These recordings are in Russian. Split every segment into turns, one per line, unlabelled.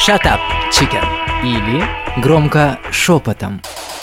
Shut up, chicken. Или громко шепотом.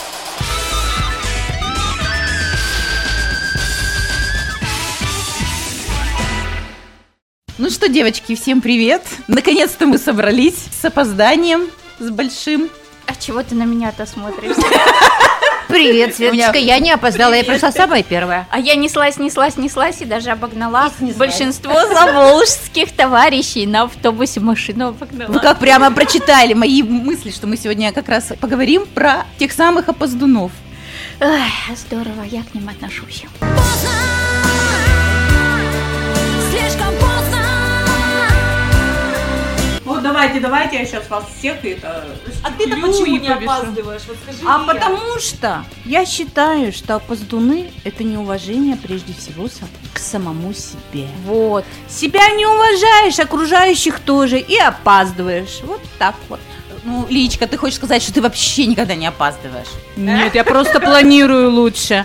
Ну что, девочки, всем привет! Наконец-то мы собрались с опозданием, с большим.
А чего ты на меня-то смотришь? Привет, Светочка, я не опоздала, я пришла самая первая. А я неслась и даже обогнала большинство заволжских товарищей на автобусе, машину обогнала.
Вы как прямо прочитали мои мысли, что мы сегодня как раз поговорим про тех самых опоздунов.
Ой, здорово, я к ним отношусь.
Давайте, я сейчас вас всех это...
А ты-то почему не опаздываешь? Вот скажи мне.
Потому что я считаю, что опоздуны – это неуважение прежде всего к самому себе.
Вот.
Себя не уважаешь, окружающих тоже, и опаздываешь. Вот так вот. Ну, Личка, ты хочешь сказать, что ты вообще никогда не опаздываешь?
Нет, я просто планирую лучше.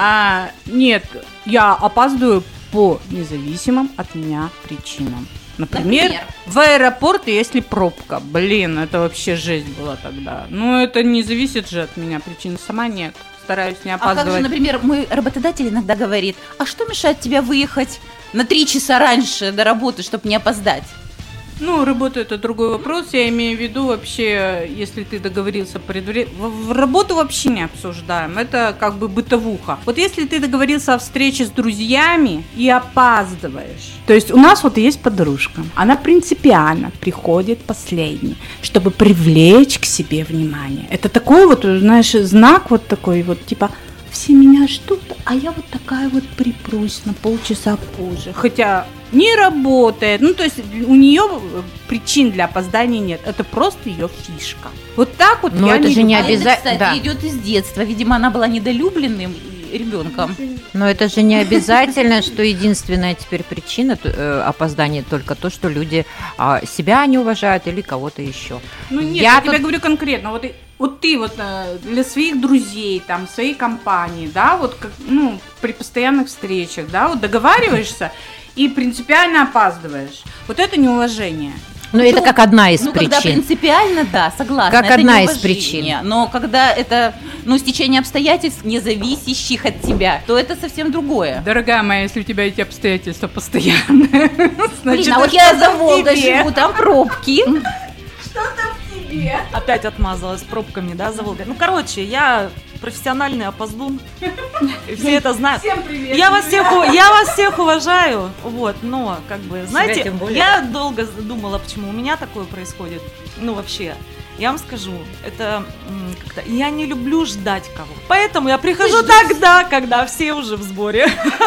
Нет, я опаздываю по независимым от меня причинам. Например, в аэропорт, если пробка. Блин, это вообще жесть была тогда. Ну, это не зависит же от меня, причин сама нет. Стараюсь не опаздывать.
А как же, например, мой работодатель иногда говорит, а что мешает тебе выехать на 3 часа раньше до работы, чтобы не опоздать?
Ну, работа – это другой вопрос. Я имею в виду вообще, если ты договорился предварительно. В работу вообще не обсуждаем. Это как бы бытовуха. Вот если ты договорился о встрече с друзьями и опаздываешь. То есть у нас вот есть подружка. Она принципиально приходит последней, чтобы привлечь к себе внимание. Это такой вот, знаешь, знак вот такой вот, типа... Все меня ждут, а я вот такая вот припрусь на полчаса позже. Хотя не работает. Ну, то есть у нее причин для опоздания нет. Это просто ее фишка. Вот так вот.
Но это же не обязательно.
Это, кстати, идет из детства. Видимо, она была недолюбленным ребенком.
Но это же не обязательно, что единственная теперь причина опоздания только то, что люди себя не уважают или кого-то еще.
Ну нет, я тебе говорю конкретно. Вот ты вот для своих друзей, там, своей компании, да, вот как, ну, при постоянных встречах, да, вот договариваешься и принципиально опаздываешь. Вот это неуважение.
Ну, это как одна из причин.
Когда принципиально, да, согласна.
Как
это
одна из причин.
Но когда это, стечение обстоятельств, не зависящих от тебя, то это совсем другое.
Дорогая моя, если у тебя эти обстоятельства постоянные, значит,
а вот я за Волгой живу, там пробки.
Что-то в тебе. Опять отмазалась пробками, да, за Волгой. Ну, короче, я профессиональный опоздун. Все это знают.
Всем привет.
Я вас всех уважаю. Вот, но, как бы, знаете, я долго думала, почему у меня такое происходит. Ну, вообще. Я вам скажу, это как-то я не люблю ждать кого. Поэтому я прихожу тогда, когда все уже в сборе.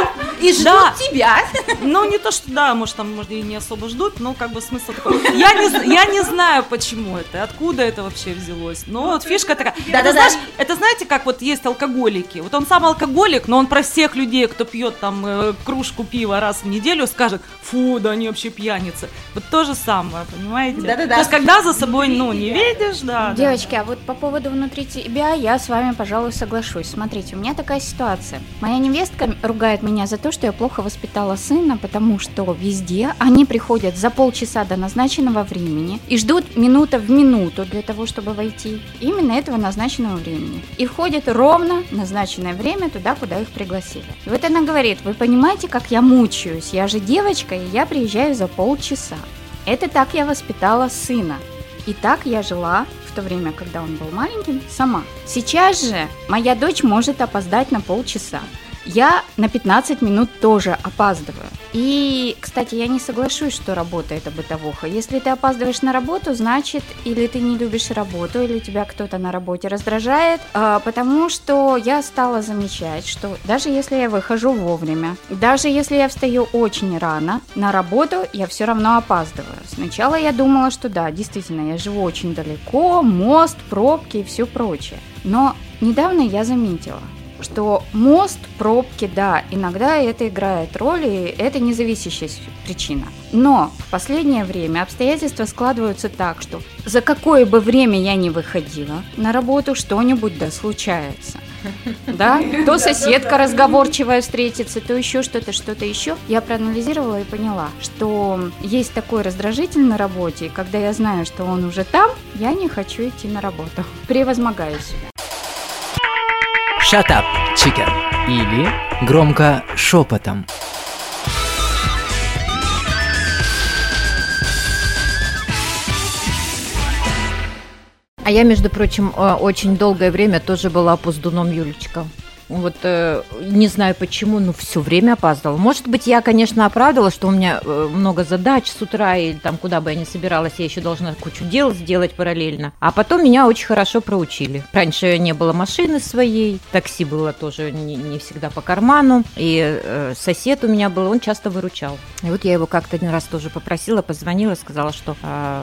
И ждут тебя.
Ну, не то, что да, может, и не особо ждут, но как бы смысл такой. Я не знаю, почему это, откуда это вообще взялось. Но вот фишка такая. Это знаете, как вот есть алкоголики. Вот он сам алкоголик, но он про всех людей, кто пьет там кружку пива раз в неделю, скажет: фу, да они вообще пьяницы. Вот то же самое, понимаете?
Да-да-да.
То есть, когда за собой, не видишь, да.
Девочки, а вот по поводу внутри тебя я с вами, пожалуй, соглашусь. Смотрите, у меня такая ситуация. Моя невестка ругает меня за то, что я плохо воспитала сына, потому что везде они приходят за полчаса до назначенного времени и ждут минута в минуту для того, чтобы войти именно этого назначенного времени. И входят ровно в назначенное время туда, куда их пригласили. И вот она говорит: вы понимаете, как я мучаюсь? Я же девочка, и я приезжаю за полчаса. Это так я воспитала сына. И так я жила в то время, когда он был маленьким, сама. Сейчас же моя дочь может опоздать на полчаса. Я на 15 минут тоже опаздываю. И, кстати, я не соглашусь, что работа – это бытовуха. Если ты опаздываешь на работу, значит, или ты не любишь работу, или тебя кто-то на работе раздражает. Потому что я стала замечать, что даже если я выхожу вовремя, даже если я встаю очень рано, на работу я все равно опаздываю. Сначала я думала, что да, действительно, я живу очень далеко, мост, пробки и все прочее. Но недавно я заметила, что мост, пробки, да, иногда это играет роль, и это независящая причина. Но в последнее время обстоятельства складываются так, что за какое бы время я ни выходила на работу, что-нибудь да случается. Да, то соседка разговорчивая встретится, то еще что-то еще. Я проанализировала и поняла, что есть такой раздражитель на работе, и когда я знаю, что он уже там, я не хочу идти на работу. Превозмогаю себя.
Shut up, chicken. Или громко шепотом.
А я, между прочим, очень долгое время тоже была пуздуном, Юлечка. Вот не знаю почему, но все время опаздывала. Может быть, я, конечно, оправдывала, что у меня много задач с утра, или там куда бы я ни собиралась, я еще должна кучу дел сделать параллельно. А потом меня очень хорошо проучили. Раньше не было машины своей, такси было тоже не всегда по карману, и сосед у меня был, он часто выручал. И вот я его как-то один раз тоже попросила, позвонила, сказала, что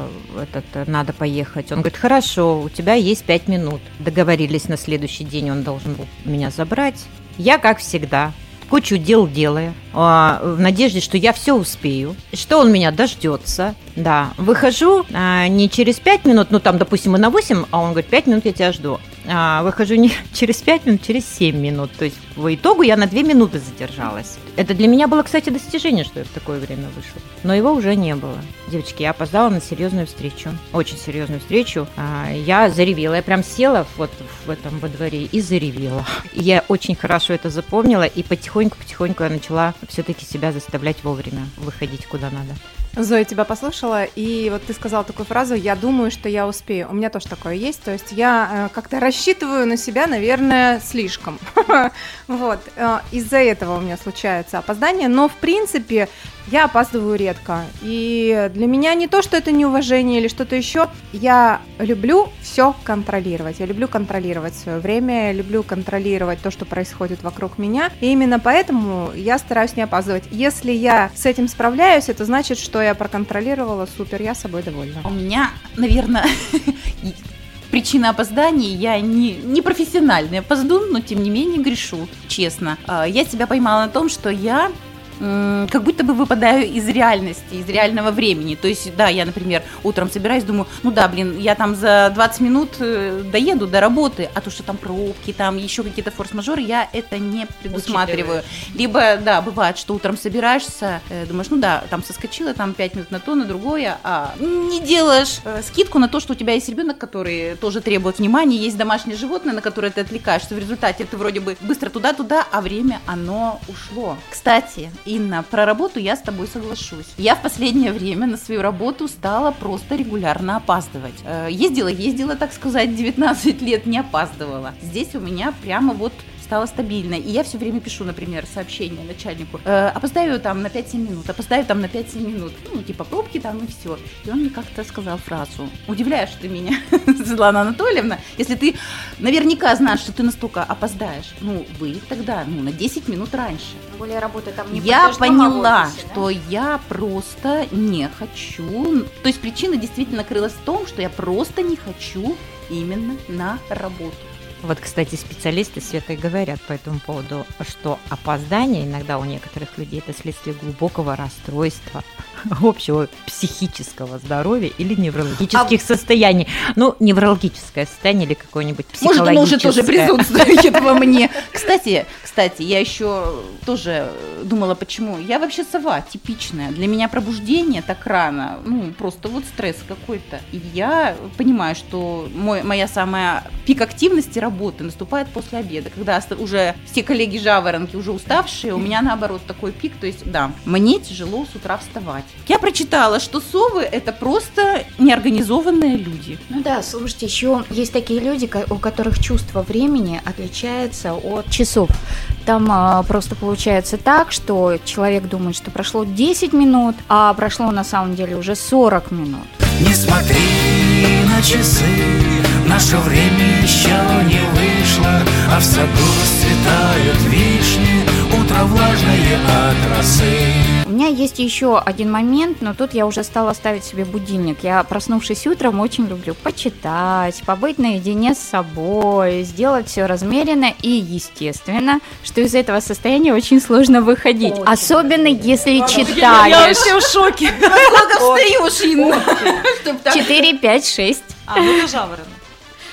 надо поехать. Он говорит, хорошо, у тебя есть 5 минут. Договорились на следующий день, он должен был меня забрать. Я, как всегда, кучу дел делаю, в надежде, что я все успею, что он меня дождется. Да, выхожу не через 5 минут, ну там, допустим, и на 8, а он говорит, 5 минут я тебя жду. Выхожу не через 5 минут, через 7 минут. То есть по итогу я на 2 минуты задержалась. Это для меня было, кстати, достижение, что я в такое время вышла. Но его уже не было. Девочки, я опоздала на серьезную встречу. Очень серьезную встречу. Я заревела. Я прям села вот во дворе и заревела. И я очень хорошо это запомнила. И потихоньку я начала все-таки себя заставлять вовремя выходить куда надо.
Зоя тебя послушала, и вот ты сказала такую фразу «я думаю, что я успею». У меня тоже такое есть, то есть я как-то рассчитываю на себя, наверное, слишком. Вот, из-за этого у меня случается опоздание, но в принципе я опаздываю редко. И для меня не то, что это неуважение или что-то еще, я люблю все контролировать. Я люблю контролировать свое время, я люблю контролировать то, что происходит вокруг меня. И именно поэтому я стараюсь не опаздывать. Если я с этим справляюсь, это значит, что я проконтролировала, супер, я собой довольна.
У меня, наверное, причина опозданий, я не профессиональный опоздун, но тем не менее грешу, честно. Я себя поймала на том, что я как будто бы выпадаю из реальности, из реального времени. То есть, да, я, например, утром собираюсь, думаю, я там за 20 минут доеду до работы, а то, что там пробки, там еще какие-то форс-мажоры, я это не предусматриваю. Либо, да, бывает, что утром собираешься, думаешь, там соскочила, там 5 минут на то, на другое, а не делаешь скидку на то, что у тебя есть ребенок, который тоже требует внимания, есть домашнее животное, на которое ты отвлекаешься, в результате ты вроде бы быстро туда-туда, а время, оно ушло. Кстати, Инна, про работу я с тобой соглашусь. Я в последнее время на свою работу стала просто регулярно опаздывать. Ездила, так сказать, 19 лет, не опаздывала. Здесь у меня прямо вот стало стабильно. И я все время пишу, например, сообщение начальнику. Опоздаю там на 5-7 минут, типа пробки там и все. И он мне как-то сказал фразу. Удивляешь ты меня, Светлана Анатольевна, если ты наверняка знаешь, что ты настолько опоздаешь. Выйдь тогда, на 10 минут раньше.
Тем более работа там не
я поняла,
офисе,
что я просто не хочу. То есть причина действительно крылась в том, что я просто не хочу именно на работу.
Вот, кстати, специалисты, Света, и говорят по этому поводу, что опоздание иногда у некоторых людей это следствие глубокого расстройства общего психического здоровья или неврологических состояний. Неврологическое состояние или какое-нибудь психологическое.
Может, оно уже тоже присутствует во мне. Кстати, я еще тоже думала, почему. Я вообще сова типичная. Для меня пробуждение так рано, просто вот стресс какой-то. И я понимаю, что моя самая пик активности работы наступает после обеда, когда уже все коллеги-жаворонки уже уставшие, у меня наоборот такой пик, то есть, да, мне тяжело с утра вставать. Я прочитала, что совы это просто неорганизованные люди.
Слушайте, еще есть такие люди, у которых чувство времени отличается от часов. Там просто получается так, что человек думает, что прошло 10 минут, а прошло на самом деле уже 40 минут.
Не смотри на часы, наше время еще не вышло, а в саду расцветают вишни, утро влажное от росы.
У меня есть еще один момент, но тут я уже стала ставить себе будильник. Я, проснувшись утром, очень люблю почитать, побыть наедине с собой, сделать все размеренно и естественно, что из этого состояния очень сложно выходить. Особенно если читаешь.
Я вообще в шоке.
Сколько встаешь, Инна?
4, 5, 6.
Это жаворонок.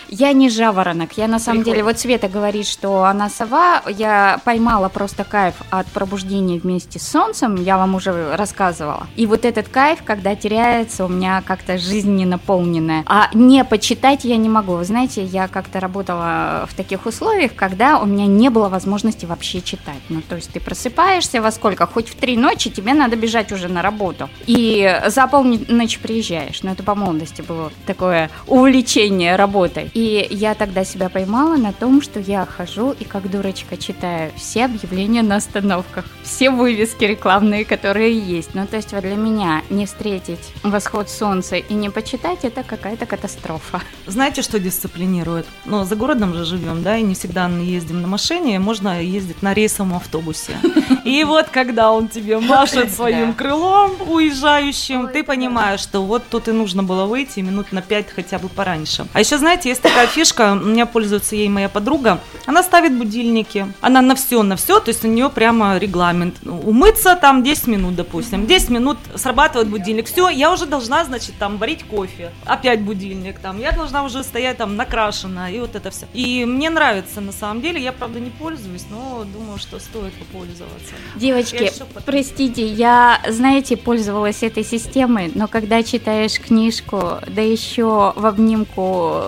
Я не жаворонок. Я на самом деле, вот Света говорит, что она сова. Я поймала просто кайф от пробуждения вместе с солнцем. Я вам уже рассказывала. И вот этот кайф, когда теряется, у меня как-то жизнь не наполненная. А не почитать я не могу. Вы знаете, я как-то работала в таких условиях, когда у меня не было возможности вообще читать. Ну, то есть ты просыпаешься во сколько? Хоть в 3 ночи тебе надо бежать уже на работу. И за полночи приезжаешь. Ну, это по молодости было такое увлечение работой. И я тогда себя поймала на том, что я хожу и как дурочка читаю все объявления на остановках, все вывески рекламные, которые есть. Ну, то есть вот для меня не встретить восход солнца и не почитать – это какая-то катастрофа.
Знаете, что дисциплинирует? Ну, за городом же живем, да, и не всегда ездим на машине, можно ездить на рейсовом автобусе. И вот когда он тебе машет своим крылом уезжающим, ты понимаешь, что вот тут и нужно было выйти минут на 5 хотя бы пораньше. А еще, знаете, есть такая фишка, у меня пользуется ей моя подруга, она ставит будильники, она на все, то есть у нее прямо регламент. Умыться там 10 минут, допустим, 10 минут срабатывает будильник, все, я уже должна, значит, там варить кофе, опять будильник, там, я должна уже стоять там накрашена, и вот это все. И мне нравится, на самом деле, я, правда, не пользуюсь, но думаю, что стоит попользоваться.
Девочки, простите, я, знаете, пользовалась этой системой, но когда читаешь книжку, да еще в обнимку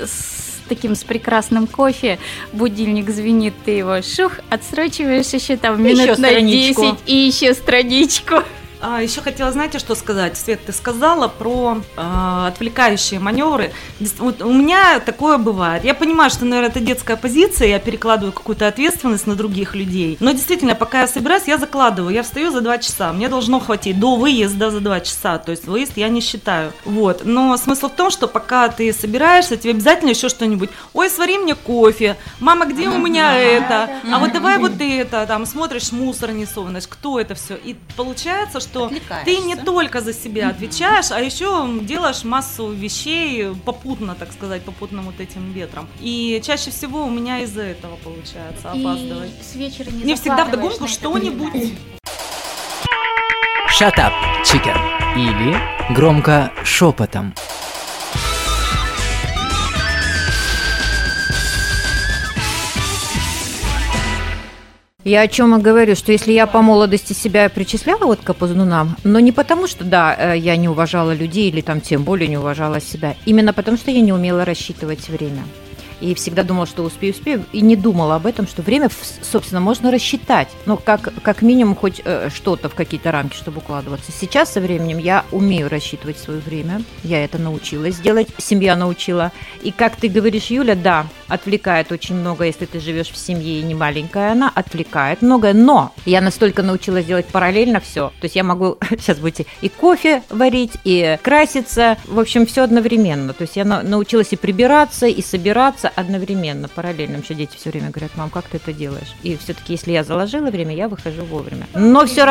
с прекрасным кофе, будильник звенит, ты его отсрочиваешь еще там минут на 10 и еще страничку.
А еще хотела, знаете, что сказать? Свет, ты сказала про отвлекающие маневры. Вот у меня такое бывает. Я понимаю, что, наверное, это детская позиция, я перекладываю какую-то ответственность на других людей. Но действительно, пока я собираюсь, я закладываю. Я встаю за 2 часа. Мне должно хватить до выезда за 2 часа. То есть выезд я не считаю. Вот. Но смысл в том, что пока ты собираешься, тебе обязательно еще что-нибудь. Ой, свари мне кофе. Мама, где у меня это? А вот давай вот это. Там смотришь, мусорницованность. Кто это все? И получается, что ты не только за себя отвечаешь, а еще делаешь массу вещей попутно, так сказать, попутным вот этим ветром. И чаще всего у меня из-за этого получается опаздывать.
И с вечера
не всегда вдогонку что-нибудь.
Shut up, chicken. Или громко шепотом.
Я о чем и говорю, что если я по молодости себя причисляла вот к опоздунам, но не потому, что, да, я не уважала людей или там тем более не уважала себя, именно потому, что я не умела рассчитывать время. И всегда думала, что успею, и не думала об этом, что время, собственно, можно рассчитать. Ну, как минимум, хоть что-то в какие-то рамки, чтобы укладываться. Сейчас со временем я умею рассчитывать свое время. Я это научилась делать, семья научила. И как ты говоришь, Юля, да, отвлекает очень много, если ты живешь в семье и не маленькая она, отвлекает многое. Но я настолько научилась делать параллельно все. То есть я могу, сейчас будете, и кофе варить, и краситься. В общем, все одновременно. То есть я научилась и прибираться, и собираться одновременно, параллельно. Еще дети все время говорят: мам, как ты это делаешь? И все-таки, если я заложила время, я выхожу вовремя. Но все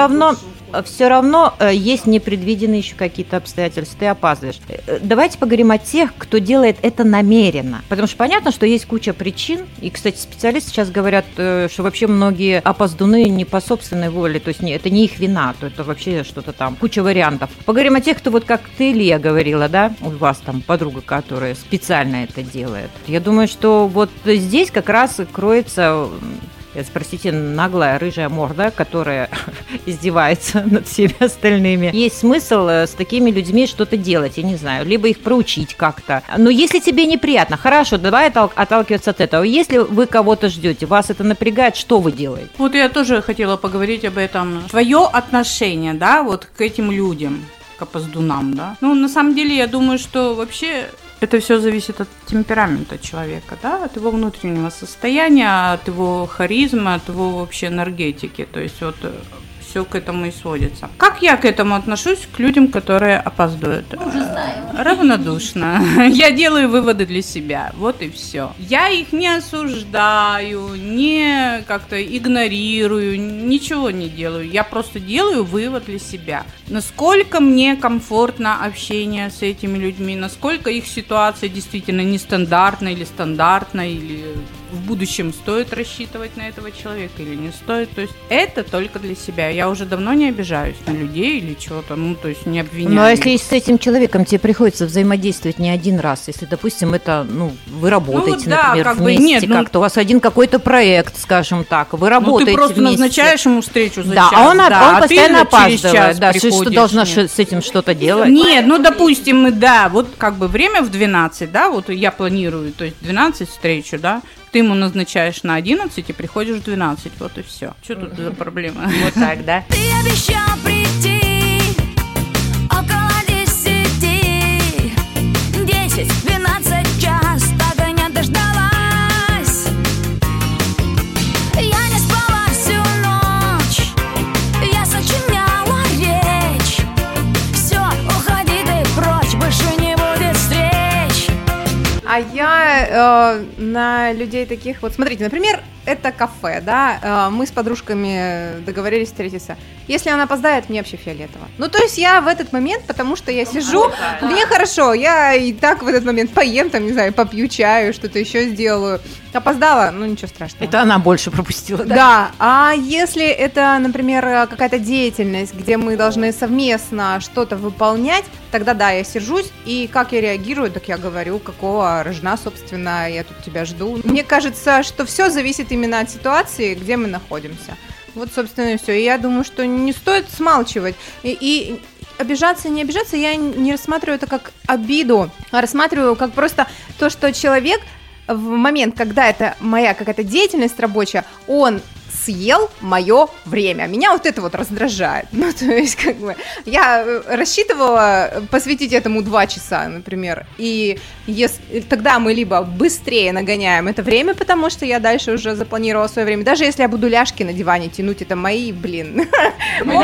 равно есть непредвиденные еще какие-то обстоятельства, ты опаздываешь. Давайте поговорим о тех, кто делает это намеренно. Потому что понятно, что есть куча причин. И, кстати, специалисты сейчас говорят, что вообще многие опоздуны не по собственной воле, то есть это не их вина, то это вообще что-то там, куча вариантов. Поговорим о тех, кто вот как ты, Илья, говорила, да, у вас там подруга, которая специально это делает. Я думаю, что вот здесь как раз и кроется, простите, наглая рыжая морда, которая издевается над всеми остальными. Есть смысл с такими людьми что-то делать, я не знаю, либо их проучить как-то. Но если тебе неприятно, хорошо, давай отталкиваться от этого. Если вы кого-то ждете, вас это напрягает, что вы делаете?
Вот я тоже хотела поговорить об этом. Твое отношение, да, вот к этим людям, к опоздунам, да. Ну, на самом деле, я думаю, что вообще это все зависит от темперамента человека, да, от его внутреннего состояния, от его харизмы, от его вообще энергетики. То есть вот все к этому и сводится. Как я к этому отношусь, к людям, которые опаздывают?
Мы уже знаем.
Равнодушно. Я делаю выводы для себя. Вот и все. Я их не осуждаю, не как-то игнорирую, ничего не делаю. Я просто делаю вывод для себя. Насколько мне комфортно общение с этими людьми, насколько их ситуация действительно нестандартна или стандартна, или в будущем стоит рассчитывать на этого человека или не стоит. То есть это только для себя. Я уже давно не обижаюсь на людей или чего-то, ну, то есть не обвиняю.
Ну, а если с этим человеком тебе приходится взаимодействовать не один раз, если, допустим, это, ну, вы работаете,
да,
например,
как бы
вместе,
нет, ну,
как-то у вас один какой-то проект, скажем так, вы
ну,
работаете
ты просто
вместе.
назначаешь ему встречу за
да,
час.
а он
а
постоянно
ты через
опаздывает.
час
Да, что
приходишь.
должна
Нет.
с этим что-то делать?
Нет, ну, допустим, да, вот как бы время в 12, да, вот я планирую, то есть 12 встречу, да, ты ему назначаешь на 11 и приходишь в 12, вот и все. Что тут за проблема?
Вот так, да?
Ты обещал прийти около 10, 10, 12 час, так и не дождалась. Я не спала всю ночь, я сочиняла речь. Все, уходи ты прочь, больше не будет встреч.
А я на людей таких, вот смотрите, например, это кафе, да, мы с подружками договорились встретиться. Если она опоздает, мне вообще фиолетово. Ну, то есть я в этот момент, потому что я сижу, мне хорошо, я и так в этот момент поем, там, не знаю, попью чаю, что-то еще сделаю. Опоздала, ну, ничего страшного.
Это она больше пропустила, да?
Да, а если это, например, какая-то деятельность, где мы должны совместно что-то выполнять, тогда да, я сержусь, и как я реагирую, так я говорю, какого рожна, собственно, я тут тебя жду. Мне кажется, что все зависит именно от ситуации, где мы находимся. Вот, собственно, и все. И я думаю, что не стоит смалчивать. И обижаться, не обижаться, я не рассматриваю это как обиду, а рассматриваю как просто то, что человек в момент, когда это моя какая-то деятельность рабочая, он съел мое время. Меня вот это вот раздражает. Ну, то есть, как бы, я рассчитывала посвятить этому 2 часа, например, и тогда мы либо быстрее нагоняем это время, потому что я дальше уже запланировала свое время. Даже если я буду ляжки на диване тянуть, это мои, блин, мои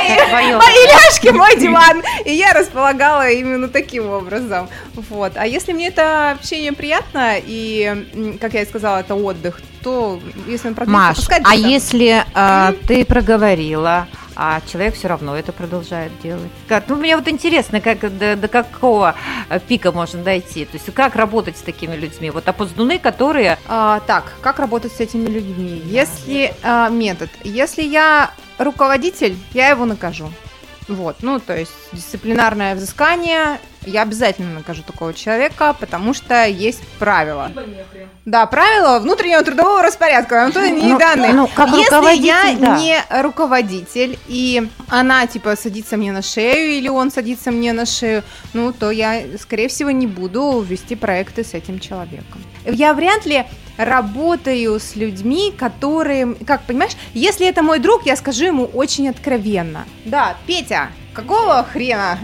ляжки, мой диван. И я располагала именно таким образом. Вот. А если мне это общение приятно, и, как я и сказала, это отдых, то если он продолжает
Маш, а если ты проговорила, а человек все равно это продолжает делать? Ну, мне вот интересно, как до какого пика можно дойти? То есть как работать с такими людьми? Вот опоздуны, которые...
Так, как работать с этими людьми? Если метод, если я руководитель, я его накажу. Вот, ну, то есть дисциплинарное взыскание, я обязательно накажу такого человека, потому что есть правила. Да, правила внутреннего трудового распорядка, вам тоже не данные. Если я не руководитель, и она, типа, садится мне на шею, или он садится мне на шею, ну, то я, скорее всего, не буду вести проекты с этим человеком. Я вряд ли работаю с людьми, которые, как, понимаешь, если это мой друг, я скажу ему очень откровенно. Да, Петя, какого хрена?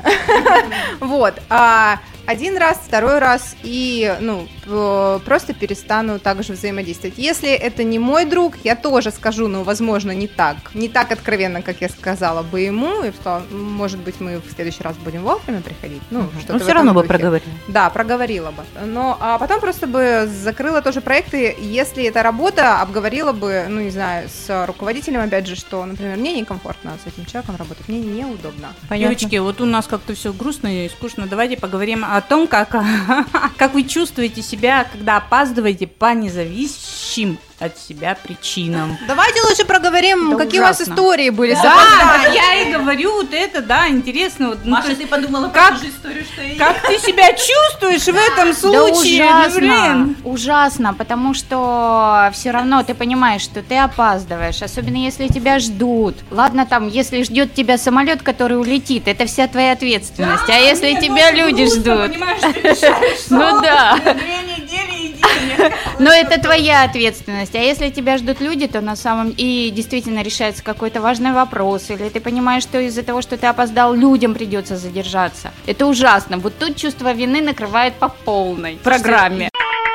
Вот, один раз, второй раз, и, ну, просто перестану также взаимодействовать. Если это не мой друг, я тоже скажу, ну, возможно, не так откровенно, как я сказала бы ему, и что, может быть, мы в следующий раз будем вовремя приходить. Ну, что-то
все равно бы проговорила.
Да, проговорила бы. Но, а потом просто бы закрыла тоже проекты, если это работа, обговорила бы, ну, не знаю, с руководителем, опять же, что, например, мне некомфортно с этим человеком работать, мне неудобно.
Девочки, вот у нас как-то все грустно и скучно, давайте поговорим о том, как вы чувствуете себя, когда опаздываете по независимым от себя причинам.
Давайте лучше проговорим,
да
какие
ужасно.
У вас истории были.
Да, я и говорю, вот это, да, интересно. Вот,
Маша, ну, ты подумала
как,
про ту же историю, что и
как ты себя чувствуешь в этом случае?
Да
Ну, блин.
ужасно, потому что все равно ты понимаешь, что ты опаздываешь, особенно если тебя ждут. Ладно, там, если ждет тебя самолет, который улетит, это вся твоя ответственность. А если тебя люди ждут?
Понимаешь, ты решаешь,
Ну да.
2 недели и денег.
Но это твоя ответственность. А если тебя ждут люди, то на самом и действительно решается какой-то важный вопрос, или ты понимаешь, что из-за того, что ты опоздал, людям придется задержаться. Это ужасно. Вот тут чувство вины накрывает по полной программе.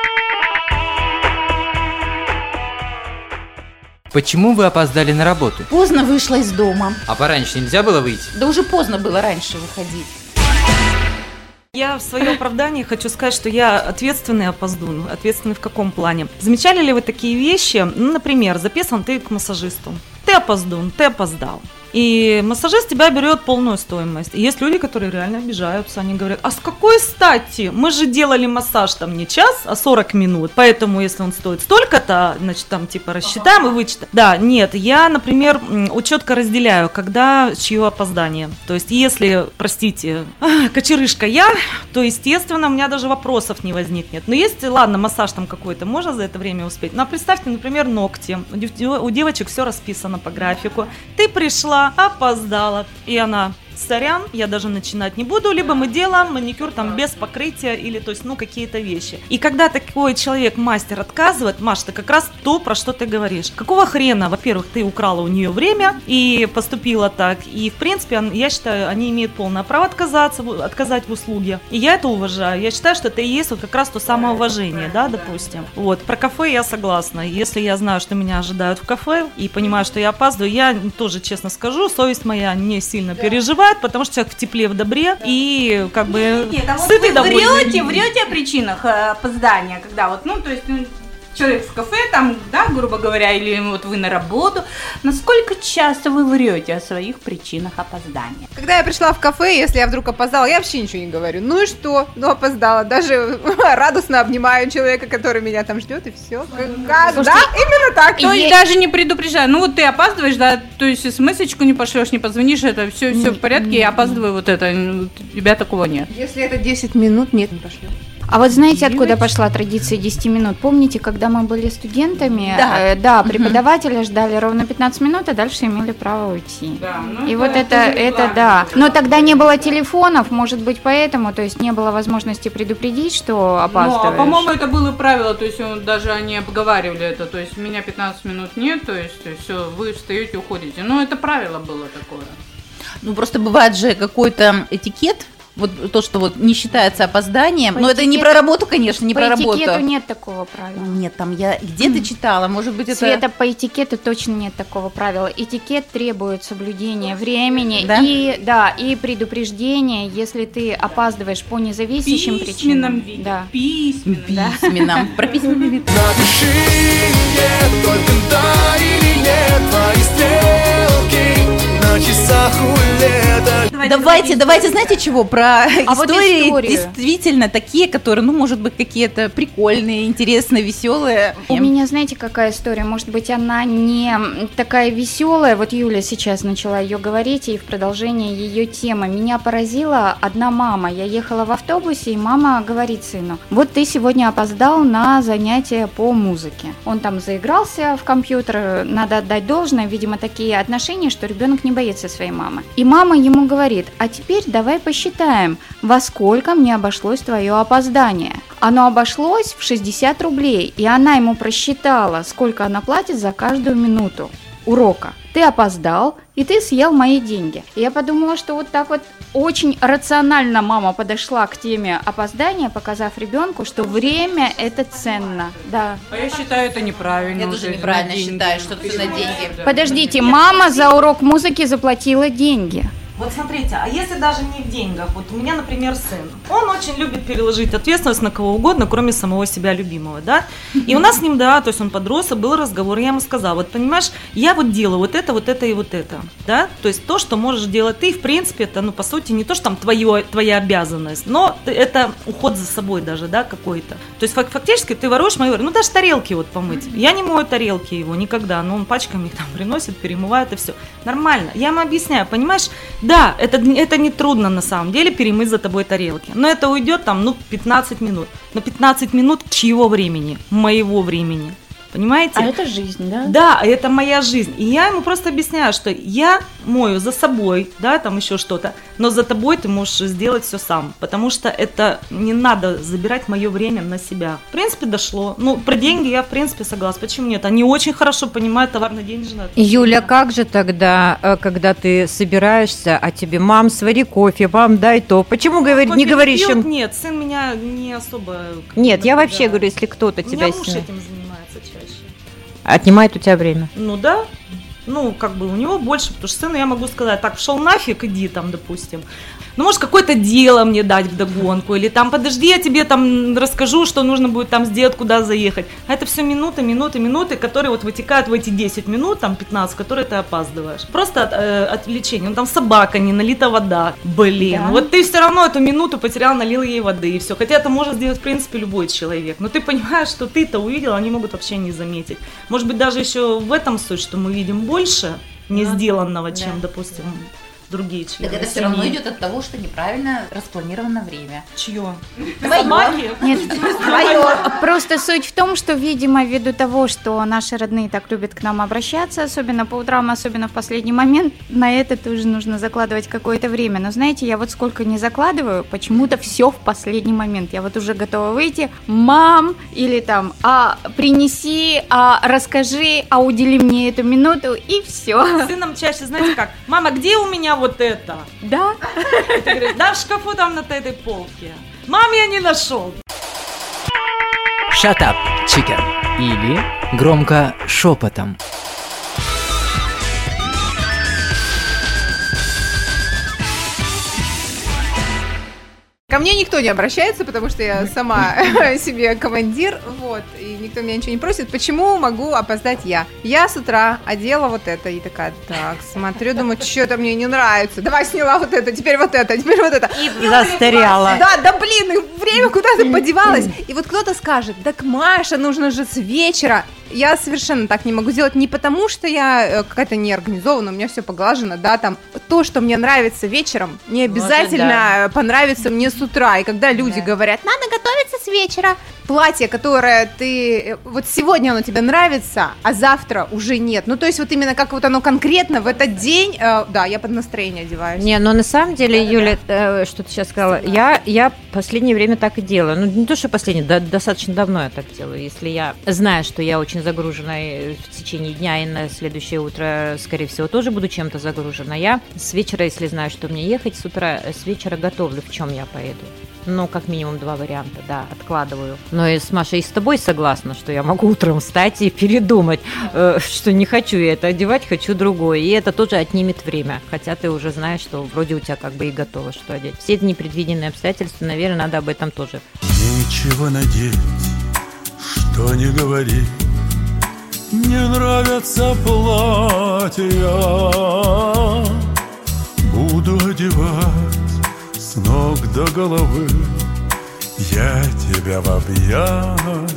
Почему вы опоздали на работу?
Поздно вышла из дома.
А пораньше нельзя было выйти?
Да уже поздно было раньше выходить.
Я в свое оправдание хочу сказать, что я ответственный опоздун. Ответственный в каком плане? Замечали ли вы такие вещи? Ну, например, записан ты к массажисту. ты опоздун, ты опоздал. И массажист тебя берет полную стоимость. И есть люди, которые реально обижаются. Они говорят, а с какой стати? Мы же делали массаж там не час, а 40 минут. Поэтому, если он стоит столько-то, значит, там типа рассчитаем и вычитаем. Да, нет, я, например, четко разделяю, когда чье опоздание. То есть, если, простите, кочерышка я, то, естественно, у меня даже вопросов не возникнет. Но если, ладно, массаж там какой-то, можно за это время успеть. Но представьте, например, ногти. У девочек все расписано по графику. Ты пришла, опоздала, и она: сорян, я даже начинать не буду, либо мы делаем маникюр там без покрытия, или, то есть, ну, какие-то вещи. И когда такой человек, мастер, отказывает, Маш, это как раз то, про что ты говоришь. Какого хрена, во-первых, ты украла у нее время и поступила так, и, в принципе, я считаю, они имеют полное право отказать в услуге, и я это уважаю. Я считаю, что это и есть вот как раз то самоуважение, да, допустим. Вот, про кафе я согласна. Если я знаю, что меня ожидают в кафе, и понимаю, что я опаздываю, я тоже, честно скажу, совесть моя не сильно переживает, потому что человек в тепле, в добре, и как бы сытый, довольный.
Врете о причинах опоздания, когда вот, ну, то есть, человек в кафе, там, да, грубо говоря, или вот вы на работу. Насколько часто вы врете о своих причинах опоздания?
Когда я пришла в кафе, если я вдруг опоздала, я вообще ничего не говорю. Ну и что? Ну, опоздала. Даже радостно обнимаю человека, который меня там ждет, и все. Да, именно так.
То есть даже не предупреждаю. Ну вот ты опаздываешь, да, то есть смс-очку не пошлешь, не позвонишь, это все в порядке, я опаздываю, вот это, у тебя такого нет.
Если это 10 минут, нет, не пошлю.
А вот знаете, откуда пошла традиция 10 минут? Помните, когда мы были студентами, да, преподавателя ждали ровно 15 минут, а дальше имели право уйти. Да, ну и вот это да. Но тогда не было телефонов, может быть, поэтому, то есть не было возможности предупредить, что опаздываешь.
Ну, а по-моему, это было правило, то есть даже они обговаривали это, то есть у меня 15 минут нет, то есть все, вы встаете, уходите. Ну, это правило было такое.
Ну, просто бывает же какой-то этикет, вот то, что вот не считается опозданием, но это не про работу, конечно, не про работу.
По этикету нет такого правила.
Нет, там я где-то читала, может быть, это...
Света, по этикету точно нет такого правила. Этикет требует соблюдения времени и предупреждения, если ты опаздываешь по независящим причинам.
Виде.
Да.
Письменном. Про письменный вид.
Напиши мне только да или нет, твои стрелки на часах у лета.
Давайте, знаете чего? Про истории
вот
действительно такие, которые, ну, может быть, какие-то прикольные, интересные, веселые.
У меня, знаете, какая история? Может быть, она не такая веселая. Вот Юля сейчас начала ее говорить, и в продолжение ее темы. Меня поразила одна мама. Я ехала в автобусе, и мама говорит сыну: вот ты сегодня опоздал на занятия по музыке. Он там заигрался в компьютер, надо отдать должное, видимо, такие отношения, что ребенок не боится своей мамы. И мама ему говорит: а теперь давай посчитаем, во сколько мне обошлось твое опоздание. Оно обошлось в 60 рублей, и она ему просчитала, сколько она платит за каждую минуту урока. Ты опоздал, и ты съел мои деньги. И я подумала, что вот так вот очень рационально мама подошла к теме опоздания, показав ребенку, что время это ценно. Да.
А я считаю, это неправильно.
Я тоже неправильно считаю, что это на деньги.
Подождите, мама за урок музыки заплатила деньги.
Вот смотрите, а если даже не в деньгах, вот у меня, например, сын, он очень любит переложить ответственность на кого угодно, кроме самого себя любимого, да, и у нас с ним, да, то есть он подрос, и был разговор, я ему сказала: вот понимаешь, я вот делаю вот это и вот это, да, то есть то, что можешь делать ты, в принципе, это, ну, по сути, не то, что там твоя обязанность, но это уход за собой даже, да, какой-то, то есть фактически ты воруешь мою, ну, даже тарелки вот помыть, я не мою тарелки его никогда, но он пачками их там приносит, перемывает, и все, нормально, я ему объясняю, понимаешь. Да, это не трудно на самом деле перемыть за тобой тарелки, но это уйдет там, 15 минут. Но 15 минут чьего времени? Моего времени. Понимаете?
А это жизнь, да?
Да, это моя жизнь. И я ему просто объясняю, что я мою за собой, да, там еще что-то, но за тобой ты можешь сделать все сам, потому что это не надо забирать мое время на себя. В принципе, дошло. Ну, про деньги я, в принципе, согласна. Почему нет? Они очень хорошо понимают товарно-денежные отношения.
Юля, как же тогда, когда ты собираешься, а тебе: мам, свари кофе, мам, дай то. Почему не говоришь им?
Нет, сын меня не особо...
Нет, я вообще говорю, если кто-то тебя...
У меня муж этим занимается чаще.
Отнимает у тебя время.
Ну да, ну как бы у него больше, потому что сыну я могу сказать: так, пошел нафиг, иди там, допустим. ну, может, какое-то дело мне дать вдогонку, или там, подожди, я тебе там расскажу, что нужно будет там сделать, куда заехать. А это все минуты, которые вот вытекают в эти 10 минут, там 15, которые ты опаздываешь. Просто отвлечение. Ну, там собака, не налита вода. Блин,
Да.
вот ты все равно эту минуту потерял, налил ей воды, и все. Хотя это может сделать, в принципе, любой человек. Но ты понимаешь, что ты-то увидел, они могут вообще не заметить. Может быть, даже еще в этом суть, что мы видим больше не сделанного, чем, допустим, другие члены
Так это все
семьи.
равно идет от того, что неправильно распланировано время.
Чье?
Твое.
Нет, просто суть в том, что, видимо, ввиду того, что наши родные так любят к нам обращаться, особенно по утрам, особенно в последний момент, на это тоже нужно закладывать какое-то время. Но знаете, я вот сколько не закладываю, почему-то все в последний момент. Я вот уже готова выйти, мам, или там, принеси, расскажи, удели мне эту минуту, и все.
С сыном чаще, знаете как, мама, где у меня вот это?
Да?
И ты говоришь, да в шкафу там на этой полке. Мам, я не нашел.
Shut up, chicken. Или громко шепотом.
Ко мне никто не обращается, потому что я сама себе командир, вот, и никто меня ничего не просит. Почему могу опоздать я? Я с утра одела вот это и такая, так, смотрю, думаю, что-то мне не нравится. Давай сняла вот это, теперь вот это, теперь вот это.
И застряла.
Да, блин, и время куда-то подевалось. И вот кто-то скажет, так, Маша, нужно же с вечера. Я совершенно так не могу сделать, не потому что я какая-то неорганизованная, у меня все поглажено, да, там, то, что мне нравится вечером, не обязательно понравится мне с утра, и когда люди говорят, надо готовиться с вечера, платье, которое ты, вот сегодня оно тебе нравится, а завтра уже нет, ну, то есть вот именно как вот оно конкретно в этот день, да, я под настроение одеваюсь.
Не, но на самом деле, Юля, что ты сейчас сказала, я в последнее время так и делаю. Ну, не то, что последнее, достаточно давно я так делаю. Если я знаю, что я очень загружена в течение дня, и на следующее утро, скорее всего, тоже буду чем-то загружена, я с вечера, если знаю, что мне ехать, с утра, с вечера готовлю, в чем я поеду. Ну, как минимум 2 варианта, да, откладываю. Но и с Машей и с тобой согласна, что я могу утром встать и передумать, что не хочу я это одевать, хочу другое. И это тоже отнимет время, хотя ты уже знаешь, что вроде у тебя как бы и готово, что одеть. Все эти непредвиденные обстоятельства, наверное, надо об этом тоже.
Нечего надеть, что не говори, не нравятся платья, буду одевать с ног до головы я тебя в объятия.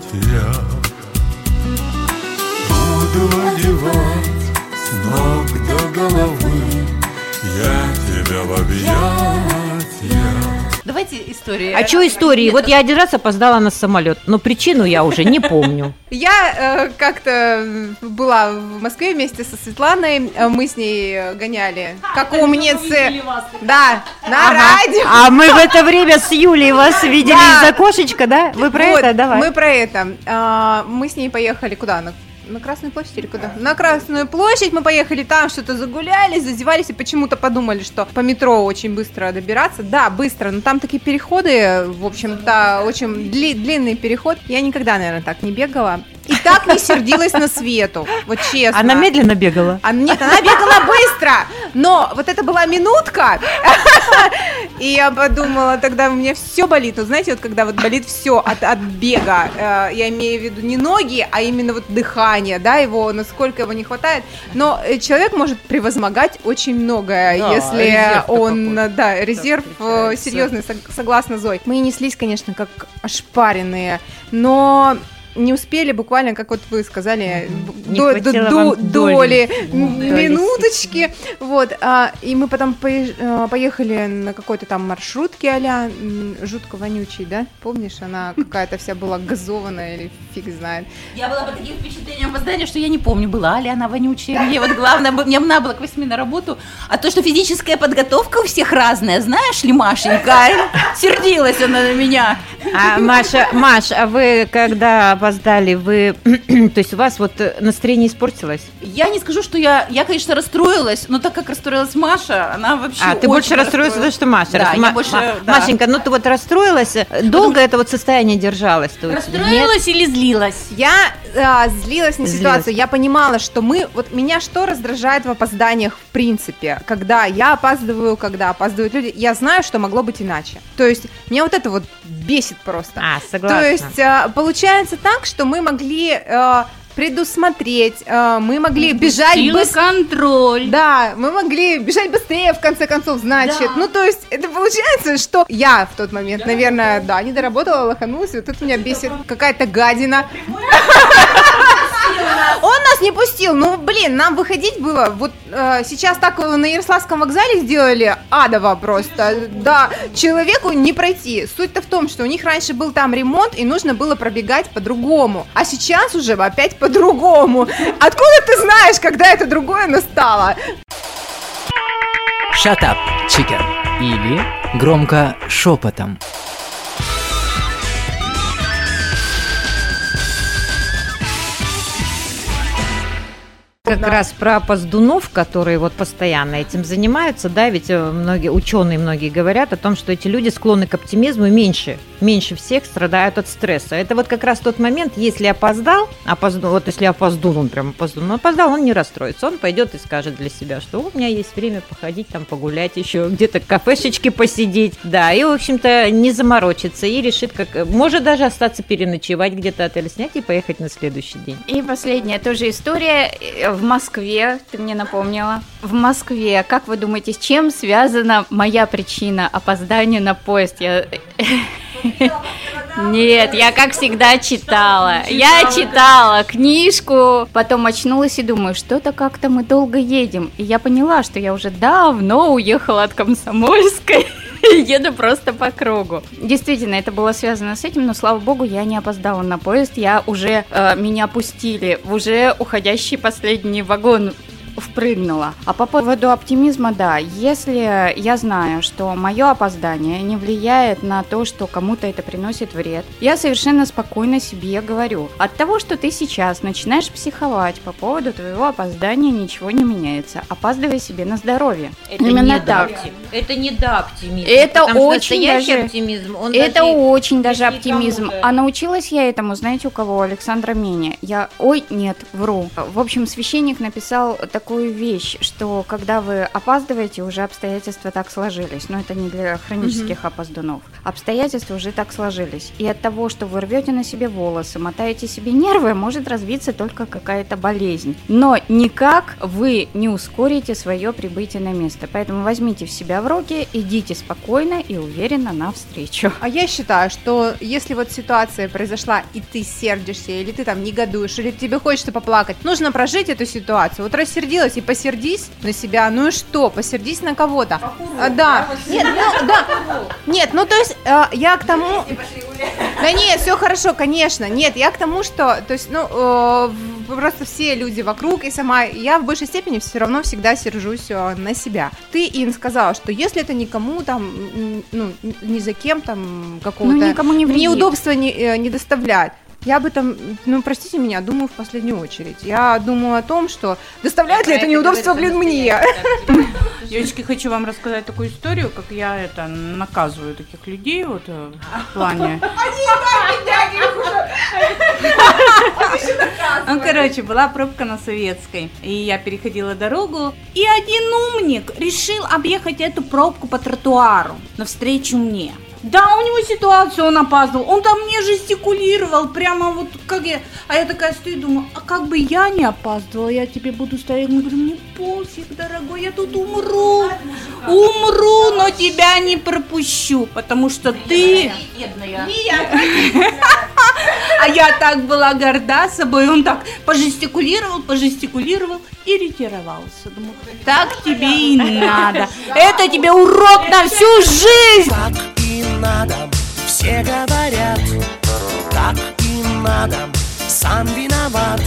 Буду одевать с ног до головы я тебя в объятия.
Давайте историю.
А что истории? Вот я 1 раз опоздала на самолет, но причину я уже не помню.
Я как-то была в Москве вместе со Светланой, мы с ней гоняли, как умницы, да, на радио.
А мы в это время с Юлей вас видели из окошечка, да? Вы про это? Давай.
Мы про это. Мы с ней поехали куда? На Красную площадь или куда? На Красную площадь мы поехали, там что-то загуляли, зазевались и почему-то подумали, что по метро очень быстро добираться. Да, быстро, но там такие переходы, в общем-то, очень длинный переход. Я никогда, наверное, так не бегала. И так не сердилась на Свету, вот честно.
Она медленно бегала?
Нет, она бегала быстро, но вот это была минутка, и я подумала, тогда у меня все болит. Вот знаете, вот когда вот болит все от бега, я имею в виду не ноги, а именно вот дыхание, да, его, насколько его не хватает. Но человек может превозмогать очень многое,
Да,
если
резерв-то
он,
какой.
да, резерв серьезный, согласно Зой. Мы неслись, конечно, как ошпаренные, но не успели буквально, как вот вы сказали,
Не хватило вам
доли,
доли
минуточки, вот, и мы потом поехали на какой-то там маршрутке а-ля жутко вонючий, да, помнишь, она какая-то вся была газованная или фиг знает.
Я была под таким впечатлением опоздания, что я не помню, была ли она вонючая. Мне вот главное, мне надо было к 8 на работу, а то, что физическая подготовка у всех разная, знаешь ли, Машенька, сердилась она на меня.
А Маш, а вы когда опоздали, то есть у вас вот настроение испортилось?
Я не скажу, что я, конечно, расстроилась, но так как расстроилась Маша, она вообще
ты больше расстроилась, потому что Маша.
Да, я больше, да.
Машенька, ну ты вот расстроилась, долго это вот состояние держалось?
Расстроилась или злилась?
Я злилась на ситуацию. Я понимала, что меня что раздражает в опозданиях в принципе, когда я опаздываю, когда опаздывают люди, я знаю, что могло быть иначе. То есть меня вот это вот бесит просто.
Согласна.
То есть получается так, что мы могли предусмотреть, мы могли бежать быстрее.
Контроль.
Да, мы могли бежать быстрее, в конце концов, значит. Да. Ну, то есть, это получается, что я в тот момент, наверное, не доработала, лоханулась, и тут меня бесит какая-то гадина. Он нас не пустил, нам выходить было, вот сейчас так на Ярославском вокзале сделали, адово просто, да, человеку не пройти. Суть-то в том, что у них раньше был там ремонт, и нужно было пробегать по-другому, а сейчас уже опять по-другому. Откуда ты знаешь, когда это другое настало?
Shut up, chicken. Или громко шепотом.
Как раз про опоздунов, которые вот постоянно этим занимаются, да, ведь ученые многие говорят о том, что эти люди склонны к оптимизму и меньше всех страдают от стресса. Это вот как раз тот момент, если если опоздун, он не расстроится, он пойдет и скажет для себя, что у меня есть время походить там, погулять еще, где-то в кафешечке посидеть, да, и, в общем-то, не заморочится и решит, может даже остаться переночевать, где-то отель снять и поехать на следующий день.
И последняя тоже история. В Москве, ты мне напомнила, в Москве, как вы думаете, с чем связана моя причина опоздания на поезд? Нет, я как всегда читала. Я читала книжку, потом очнулась и думаю, что-то как-то мы долго едем. И я поняла, что я уже давно уехала от Комсомольской. Еду просто по кругу. Действительно, это было связано с этим, но, слава богу, я не опоздала на поезд. Меня пустили в уже уходящий последний вагон. Впрыгнула. А по поводу оптимизма, да, если я знаю, что мое опоздание не влияет на то, что кому-то это приносит вред, я совершенно спокойно себе говорю, от того, что ты сейчас начинаешь психовать по поводу твоего опоздания, ничего не меняется. Опаздывай себе на здоровье.
Это именно так. Это не оптимизм.
Это очень даже
оптимизм.
Это очень даже оптимизм. А научилась я этому, знаете, у кого? У Александра Меня. Вру. В общем, священник написал такую вещь, что когда вы опаздываете, уже обстоятельства так сложились. Но это не для хронических опоздунов. Обстоятельства уже так сложились. И от того, что вы рвете на себе волосы, мотаете себе нервы, может развиться только какая-то болезнь. Но никак вы не ускорите свое прибытие на место. Поэтому возьмите в себя в руки, идите спокойно и уверенно навстречу.
А я считаю, что если вот ситуация произошла, и ты сердишься, или ты там негодуешь, или тебе хочется поплакать, нужно прожить эту ситуацию. Вот рассердилась и посердись на себя, ну и что, посердись на кого-то. Да. Нет, то есть я к тому... Да нет, все хорошо, конечно. Нет, я к тому, что, то есть, просто все люди вокруг, и сама я в большей степени все равно всегда сержусь на себя. Ты, Ин, сказала, что если это никому там, ни за кем там какого-то
никому не вредит,
неудобства не доставляет. Я об этом, простите меня, думаю в последнюю очередь. Я думаю о том, что доставляет ли это неудобство, мне.
Девочки, хочу вам рассказать такую историю, как я наказываю таких людей в плане. Была пробка на Советской, и я переходила дорогу, и один умник решил объехать эту пробку по тротуару навстречу мне. Да, у него ситуация, он опаздывал, он там мне жестикулировал, прямо вот как я, а я такая стою и думаю, а как бы я не опаздывала, я тебе буду стоять, я говорю, мне пофиг, дорогой, я тут умру, но тебя не пропущу, потому что ты... А я так была горда собой, он так пожестикулировал и ретировался. Думаю, так тебе и надо, это тебе урок на всю жизнь!
Так и надо, все говорят, так и надо, сам виноват.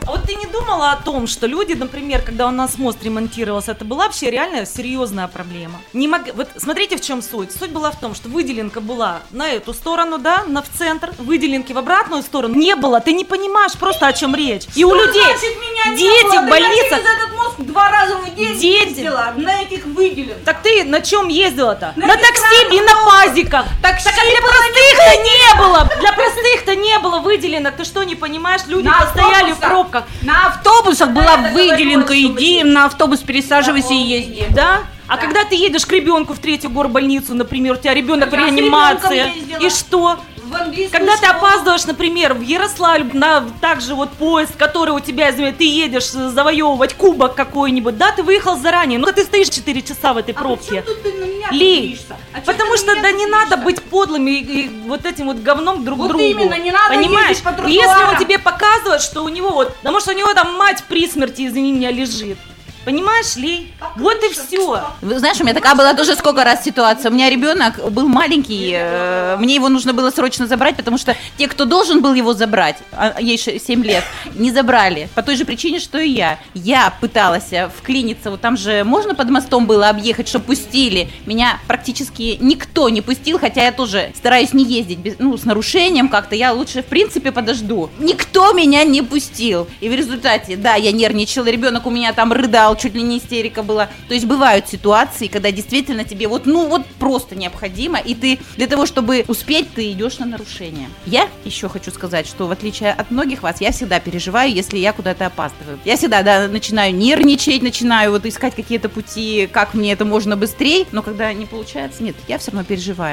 А вот ты не думала о том, что люди, например, когда у нас мост ремонтировался, это была вообще реально серьезная проблема. Вот смотрите, в чем суть. Суть была в том, что выделенка была на эту сторону, да, в центр, выделенки в обратную сторону не было. Ты не понимаешь просто, о чем речь. И у людей дети в больницах.
Этот мост 2 раза в день ездила на этих выделенках.
Так ты на чем ездила-то? На такси и на пазиках. Так для простых-то не было. Для простых-то не было выделенок. Ты что, не понимаешь? Люди постояли в пробках.
На автобусах была выделенка, иди на автобус пересаживайся и езди.
Да? А когда ты едешь к ребенку в 3-ю горбольницу, например, у тебя ребенок в реанимации, и что? Когда ты опаздываешь, например, в Ярославль на также вот поезд, который у тебя, извините, ты едешь завоевывать кубок какой-нибудь, да, ты выехал заранее, но ты стоишь 4 часа в этой пробке. Ли, потому что да не надо быть подлыми и вот этим вот говном друг другу.
Именно, не надо
понимаешь?
ездить по тротуарам.
Если он тебе показывает, что у него вот, да может у него там мать при смерти, извини меня, лежит. Понимаешь, Ли? Вот и все.
Знаешь, у меня такая была тоже сколько раз ситуация. У меня ребенок был маленький, мне его нужно было срочно забрать, потому что те, кто должен был его забрать, ей 7 лет, не забрали. По той же причине, что и я. Я пыталась вклиниться, вот там же можно под мостом было объехать, чтобы пустили. Меня практически никто не пустил, хотя я тоже стараюсь не ездить с нарушением как-то. Я лучше, в принципе, подожду. Никто меня не пустил. И в результате, да, я нервничала, ребенок у меня там рыдал, чуть ли не истерика была. То есть бывают ситуации, когда действительно тебе вот просто необходимо, и ты для того, чтобы успеть, ты идешь на нарушение. Я еще хочу сказать, что в отличие от многих вас, я всегда переживаю, если я куда-то опаздываю. Я всегда, начинаю нервничать, начинаю вот искать какие-то пути, как мне это можно быстрее, но когда не получается, нет, я все равно переживаю.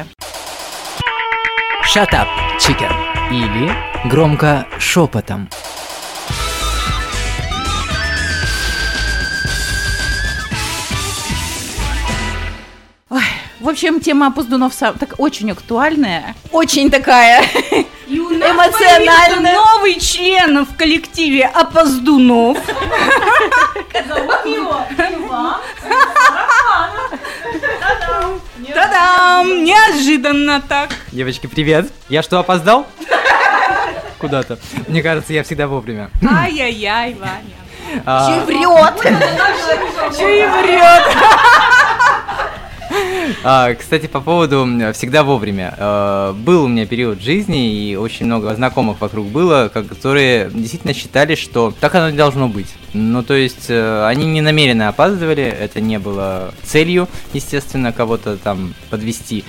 Shut up, chicken. Или громко шепотом.
В общем, тема опоздунов так очень актуальная, очень такая эмоциональная.
Новый член в коллективе опоздунов. Та-дам! Неожиданно так.
Девочки, привет. Я что, опоздал? Куда-то. Мне кажется, я всегда вовремя.
Ай-яй-яй, Ваня.
Че врет?
Че и врет.
Кстати, по поводу всегда вовремя. Был у меня период жизни, и очень много знакомых вокруг было, которые действительно считали, что так оно не должно быть. Ну, то есть, они не намеренно опаздывали, это не было целью, естественно, кого-то там подвести,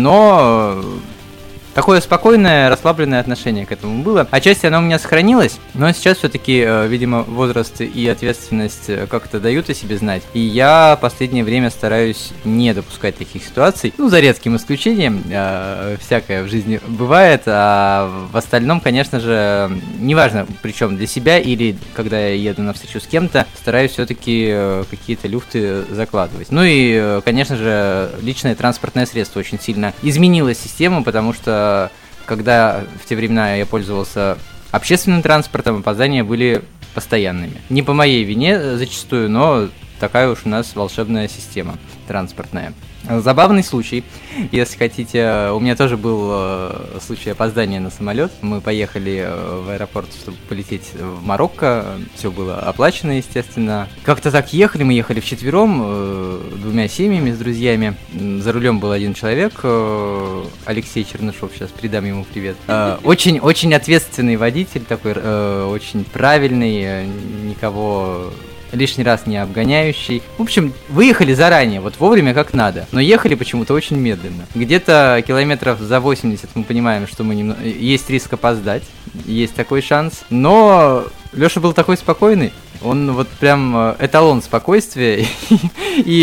но такое спокойное, расслабленное отношение к этому было. Отчасти оно у меня сохранилось, но сейчас все-таки, видимо, возраст и ответственность как-то дают о себе знать. И я в последнее время стараюсь не допускать таких ситуаций. Ну, за редким исключением, всякое в жизни бывает, а в остальном, конечно же, неважно, причем для себя или когда я еду на встречу с кем-то, стараюсь все-таки какие-то люфты закладывать. Ну и, конечно же, личное транспортное средство очень сильно изменило систему, потому что когда в те времена я пользовался общественным транспортом, опоздания были постоянными. Не по моей вине зачастую, но такая уж у нас волшебная система транспортная. Забавный случай, если хотите, у меня тоже был случай опоздания на самолет. Мы поехали в аэропорт, чтобы полететь в Марокко, все было оплачено, естественно. Как-то так мы ехали вчетвером, 2 семьями с друзьями. За рулем был один человек, Алексей Чернышов, сейчас передам ему привет. Очень ответственный водитель, такой очень правильный, никого лишний раз не обгоняющий. В общем, выехали заранее, вот вовремя как надо, но ехали почему-то очень медленно. Где-то километров за 80 мы понимаем, что есть риск опоздать, есть такой шанс, но Леша был такой спокойный. Он вот прям эталон спокойствия, и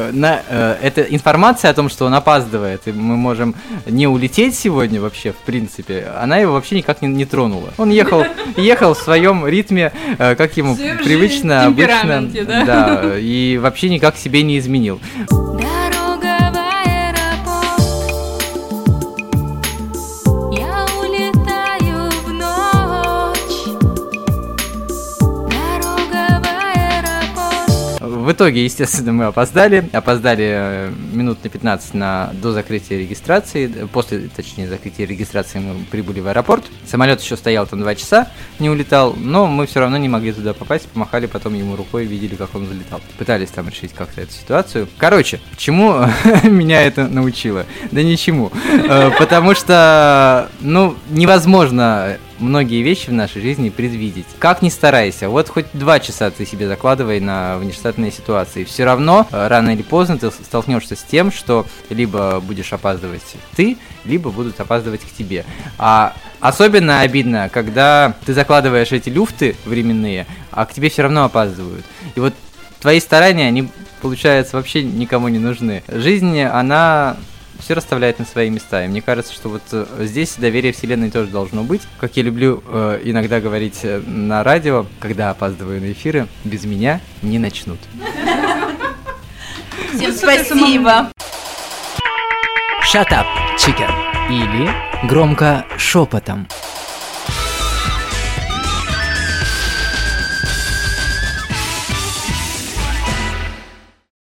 эта информация о том, что он опаздывает, и мы можем не улететь сегодня вообще, в принципе, она его вообще никак не тронула. Он ехал в своем ритме, как ему привычно, обычно, да, и вообще никак себе не изменил. В итоге, естественно, мы опоздали минут на 15 до закрытия регистрации. После, точнее, закрытия регистрации мы прибыли в аэропорт. Самолет еще стоял там 2 часа, не улетал, но мы все равно не могли туда попасть, помахали потом ему рукой, видели, как он залетал. Пытались там решить как-то эту ситуацию. Короче, чему меня это научило? Да ничему. Потому что, невозможно многие вещи в нашей жизни предвидеть. Как ни старайся, вот хоть 2 часа ты себе закладывай на внештатные ситуации, все равно рано или поздно ты столкнешься с тем, что либо будешь опаздывать ты, либо будут опаздывать к тебе. А особенно обидно, когда ты закладываешь эти люфты временные, а к тебе все равно опаздывают. И вот твои старания, они, получается, вообще никому не нужны. Жизнь, она все расставляет на свои места. И мне кажется, что вот здесь доверие Вселенной тоже должно быть. Как я люблю иногда говорить на радио, когда опаздываю на эфиры, без меня не начнут.
Всем спасибо.
Shut up, chicken. Или громко шепотом.